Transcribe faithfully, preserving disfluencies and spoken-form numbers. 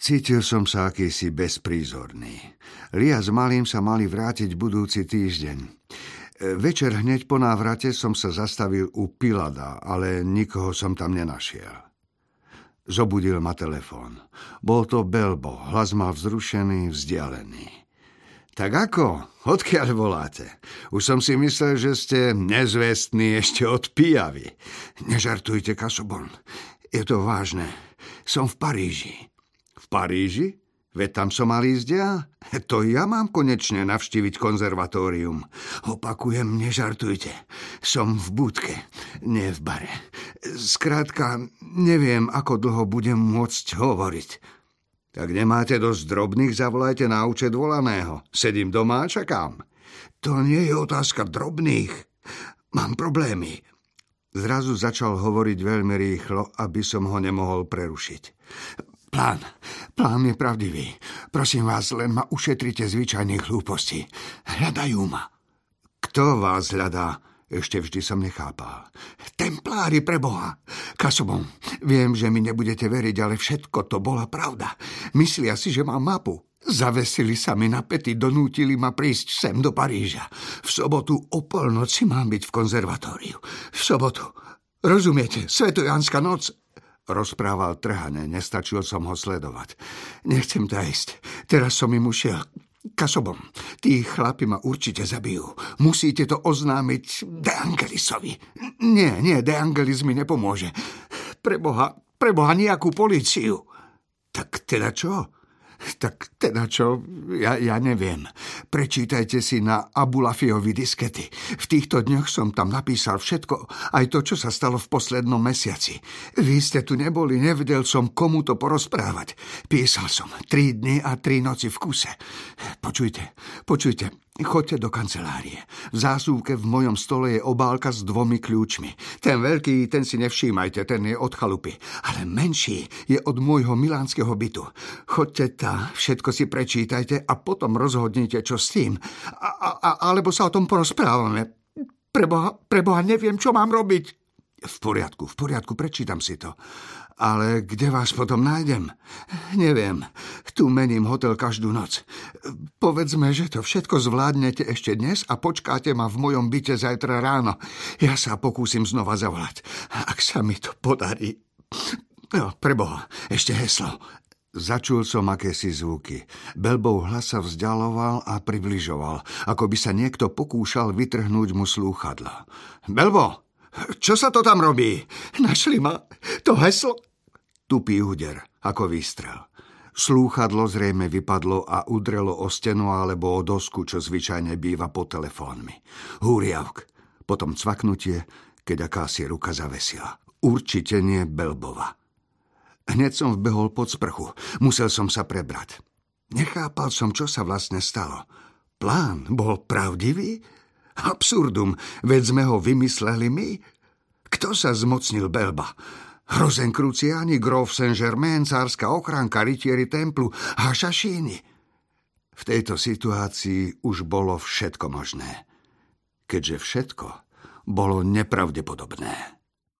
Cítil som sa akýsi bezprízorný. Lia s malým sa mali vrátiť budúci týždeň. Večer hneď po návrate som sa zastavil u Pilada, ale nikoho som tam nenašiel. Zobudil ma telefón. Bol to Belbo, hlas mal vzrušený, vzdialený. Tak ako? Odkiaľ voláte? Už som si myslel, že ste nezvestní ešte od pijavy. Nežartujte, Kasobon. Je to vážne. Som v Paríži. V Paríži? Veď tam som mal ísť ja? To ja mám konečne navštíviť konzervatórium. Opakujem, nežartujte. Som v budke, nie v bare. Skrátka, neviem, ako dlho budem môcť hovoriť. Tak nemáte dosť drobných, zavolajte na účet volaného. Sedím doma a čakám. To nie je otázka drobných. Mám problémy. Zrazu začal hovoriť veľmi rýchlo, aby som ho nemohol prerušiť. Plán, plán je pravdivý. Prosím vás, len ma ušetrite zvyčajných hlúpostí. Hľadajú ma. Kto vás hľadá? Ešte vždy som nechápal. Templári, preboha. Kasobon, viem, že mi nebudete veriť, ale všetko to bola pravda. Myslia si, že mám mapu. Zavesili sa mi na pety, donútili ma prísť sem do Paríža. V sobotu o polnoci mám byť v konzervatóriu. V sobotu. Rozumiete? Svetojanská noc. Rozprával trhane, nestačil som ho sledovať. Nechcem to ísť. Teraz som im ušiel. Kasobon, tí chlapi ma určite zabijú. Musíte to oznámiť De Angelisovi. Nie, nie, De Angelis mi nepomôže. Preboha, preboha nejakú políciu. Tak teda čo? Tak teda čo? Ja, ja neviem. Prečítajte si na Abulafiovi diskety. V týchto dňoch som tam napísal všetko, aj to, čo sa stalo v poslednom mesiaci. Vy ste tu neboli, nevedel som, komu to porozprávať. Písal som tri dni a tri noci v kuse. Počujte, počujte. Choďte do kancelárie. V zásuvke v mojom stole je obálka s dvomi kľúčmi. Ten veľký, ten si nevšímajte, ten je od chalupy. Ale menší je od môjho milánskeho bytu. Choďte tam, všetko si prečítajte a potom rozhodnite, čo s tým. A, a, alebo sa o tom porozprávame. Preboha, preboha, neviem, čo mám robiť. V poriadku, v poriadku, prečítam si to. Ale kde vás potom nájdem? Neviem. Tu mením hotel každú noc. Povedzme, že to všetko zvládnete ešte dnes a počkáte ma v mojom byte zajtra ráno. Ja sa pokúsim znova zavolať. Ak sa mi to podarí. No, preboha, ešte heslo. Začul som akési zvuky. Belbov hlas sa vzdialoval a približoval, ako by sa niekto pokúšal vytrhnúť mu slúchadla. Belbo! Čo sa to tam robí? Našli ma. To heslo... Tupý úder, ako výstrel. Slúchadlo zrejme vypadlo a udrelo o stenu alebo o dosku, čo zvyčajne býva pod telefónmi. Húriavk. Potom cvaknutie, keď akási ruka zavesila. Určite nie Belbova. Hneď som vbehol pod sprchu. Musel som sa prebrať. Nechápal som, čo sa vlastne stalo. Plán bol pravdivý? Absurdum, veď sme ho vymysleli my. Kto sa zmocnil Belba? Rozenkruciáni, Grof Saint-Germain, cárska ochránka, rytieri Templu, hašašíni. V tejto situácii už bolo všetko možné, keďže všetko bolo nepravdepodobné.